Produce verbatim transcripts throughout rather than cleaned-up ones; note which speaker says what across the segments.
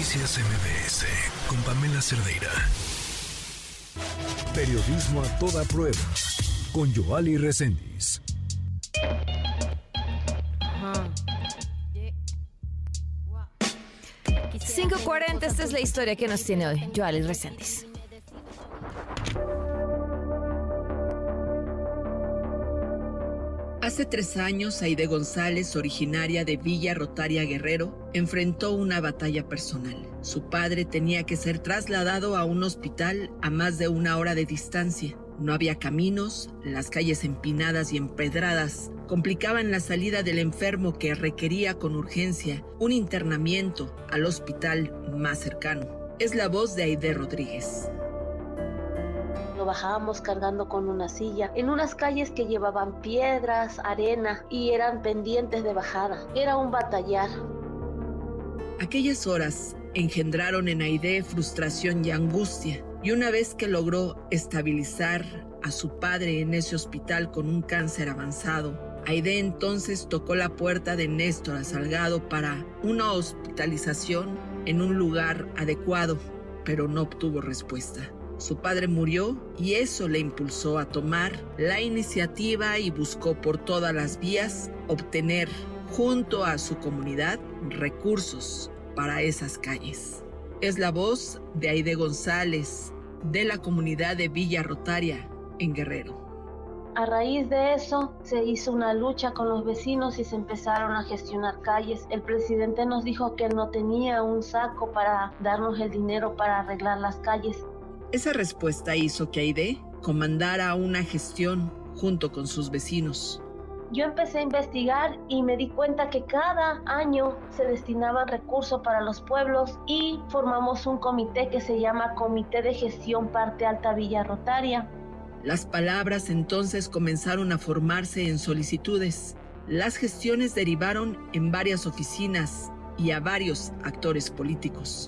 Speaker 1: Noticias M B S con Pamela Cerdeira. Periodismo a toda prueba con Yoali Reséndiz.
Speaker 2: cinco cuarenta, esta es la historia que nos tiene hoy Yoali Reséndiz.
Speaker 3: Hace tres años, Aide González, originaria de Villa Rotaria Guerrero, enfrentó una batalla personal. Su padre tenía que ser trasladado a un hospital a más de una hora de distancia. No había caminos, las calles empinadas y empedradas complicaban la salida del enfermo, que requería con urgencia un internamiento al hospital más cercano. Es la voz de Aide Rodríguez.
Speaker 4: Lo bajábamos cargando con una silla en unas calles que llevaban piedras, arena y eran pendientes de bajada. Era un batallar.
Speaker 3: Aquellas horas engendraron en Aide frustración y angustia, y una vez que logró estabilizar a su padre en ese hospital con un cáncer avanzado, Aide entonces tocó la puerta de Néstor Salgado para una hospitalización en un lugar adecuado, pero no obtuvo respuesta. Su padre murió y eso le impulsó a tomar la iniciativa y buscó por todas las vías obtener, junto a su comunidad, recursos para esas calles. Es la voz de Aide González, de la comunidad de Villa Rotaria, en Guerrero.
Speaker 4: A raíz de eso, se hizo una lucha con los vecinos y se empezaron a gestionar calles. El presidente nos dijo que él no tenía un saco para darnos el dinero para arreglar las calles.
Speaker 3: Esa respuesta hizo que Aide comandara una gestión junto con sus vecinos.
Speaker 4: Yo empecé a investigar y me di cuenta que cada año se destinaban recursos para los pueblos y formamos un comité que se llama Comité de Gestión Parte Alta Villa Rotaria.
Speaker 3: Las palabras entonces comenzaron a formarse en solicitudes. Las gestiones derivaron en varias oficinas y a varios actores políticos.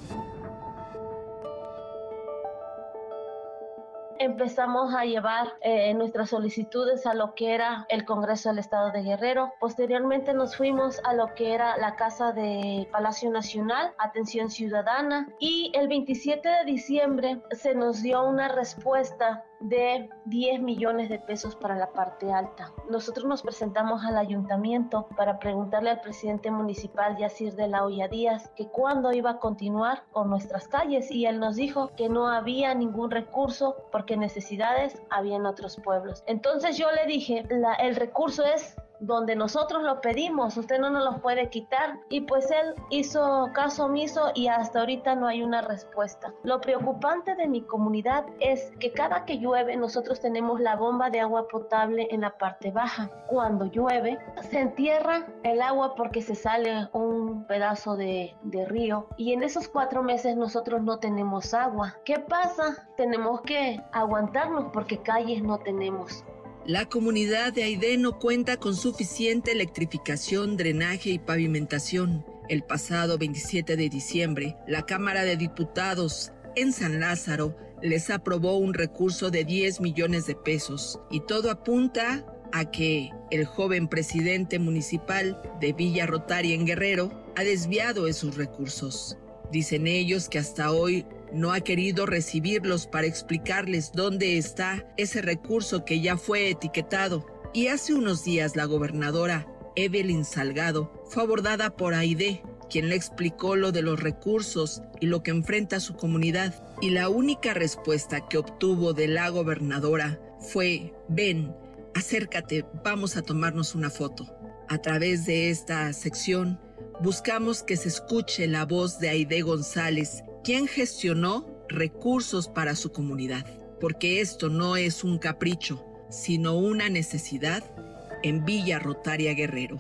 Speaker 4: Empezamos a llevar eh, nuestras solicitudes a lo que era el Congreso del Estado de Guerrero. Posteriormente nos fuimos a lo que era la Casa de Palacio Nacional, Atención Ciudadana, y el veintisiete de diciembre se nos dio una respuesta de diez millones de pesos para la parte alta. Nosotros nos presentamos al ayuntamiento para preguntarle al presidente municipal, Yacir de la Hoya Díaz, que cuándo iba a continuar con nuestras calles, y él nos dijo que no había ningún recurso porque necesidades había en otros pueblos. Entonces yo le dije, la, el recurso es donde nosotros lo pedimos, usted no nos lo puede quitar, y pues él hizo caso omiso y hasta ahorita no hay una respuesta. Lo preocupante de mi comunidad es que cada que llueve nosotros tenemos la bomba de agua potable en la parte baja. Cuando llueve se entierra el agua porque se sale un pedazo de, de río, y en esos cuatro meses nosotros no tenemos agua. ¿Qué pasa? Tenemos que aguantarnos porque calles no tenemos.
Speaker 3: La comunidad de Aide no cuenta con suficiente electrificación, drenaje y pavimentación. El pasado veintisiete de diciembre, la Cámara de Diputados en San Lázaro les aprobó un recurso de diez millones de pesos, y todo apunta a que el joven presidente municipal de Villa Rotaria en Guerrero ha desviado esos recursos. Dicen ellos que hasta hoy no ha querido recibirlos para explicarles dónde está ese recurso que ya fue etiquetado. Y hace unos días la gobernadora Evelyn Salgado fue abordada por Aide, quien le explicó lo de los recursos y lo que enfrenta su comunidad. Y la única respuesta que obtuvo de la gobernadora fue: ven, acércate, vamos a tomarnos una foto. A través de esta sección buscamos que se escuche la voz de Aide González, quien gestionó recursos para su comunidad, porque esto no es un capricho, sino una necesidad en Villa Rotaria Guerrero.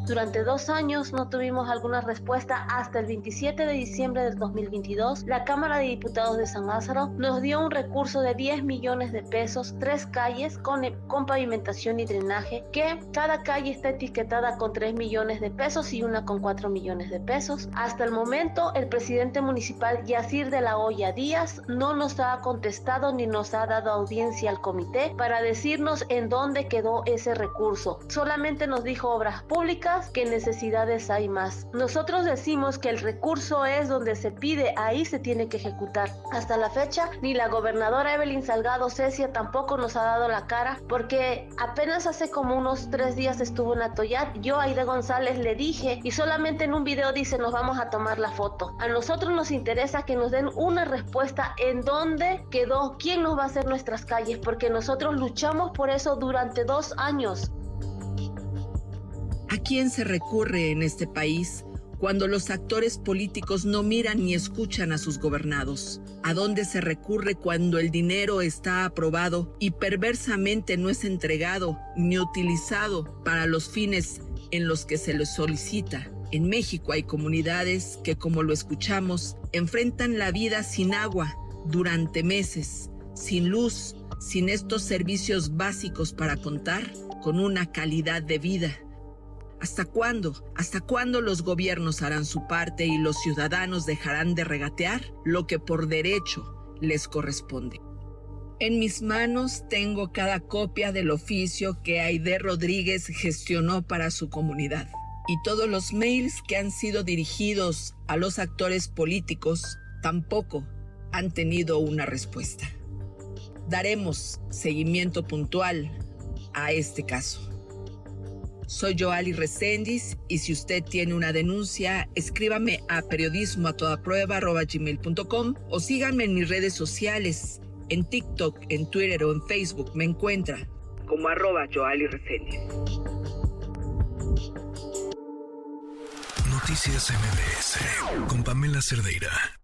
Speaker 4: Durante dos años no tuvimos alguna respuesta. Hasta el veintisiete de diciembre del dos mil veintidós, la Cámara de Diputados de San Lázaro nos dio un recurso de diez millones de pesos, tres calles con, con pavimentación y drenaje, que cada calle está etiquetada con tres millones de pesos y una con cuatro millones de pesos. Hasta el momento, el presidente municipal Yacir de la Hoya Díaz no nos ha contestado ni nos ha dado audiencia al comité para decirnos en dónde quedó ese recurso. Solamente nos dijo obras públicas, qué necesidades hay más. Nosotros decimos que el recurso es donde se pide, ahí se tiene que ejecutar. Hasta la fecha, ni la gobernadora Evelyn Salgado Cecia tampoco nos ha dado la cara, porque apenas hace como unos tres días estuvo en Atoyac. Yo a Aide González le dije, y solamente en un video dice, nos vamos a tomar la foto. A nosotros nos interesa que nos den una respuesta en dónde quedó, quién nos va a hacer nuestras calles, porque nosotros luchamos por eso durante dos años.
Speaker 3: ¿A quién se recurre en este país cuando los actores políticos no miran ni escuchan a sus gobernados? ¿A dónde se recurre cuando el dinero está aprobado y perversamente no es entregado ni utilizado para los fines en los que se les solicita? En México hay comunidades que, como lo escuchamos, enfrentan la vida sin agua durante meses, sin luz, sin estos servicios básicos para contar con una calidad de vida. ¿Hasta cuándo? ¿Hasta cuándo los gobiernos harán su parte y los ciudadanos dejarán de regatear lo que por derecho les corresponde? En mis manos tengo cada copia del oficio que Aide Rodríguez gestionó para su comunidad y todos los mails que han sido dirigidos a los actores políticos tampoco han tenido una respuesta. Daremos seguimiento puntual a este caso. Soy Yoali Reséndiz y si usted tiene una denuncia, escríbame a periodismo a toda prueba arroba gmail punto com o síganme en mis redes sociales, en TikTok, en Twitter o en Facebook. Me encuentra como arroba Yoali Reséndiz.
Speaker 1: Noticias M B S con Pamela Cerdeira.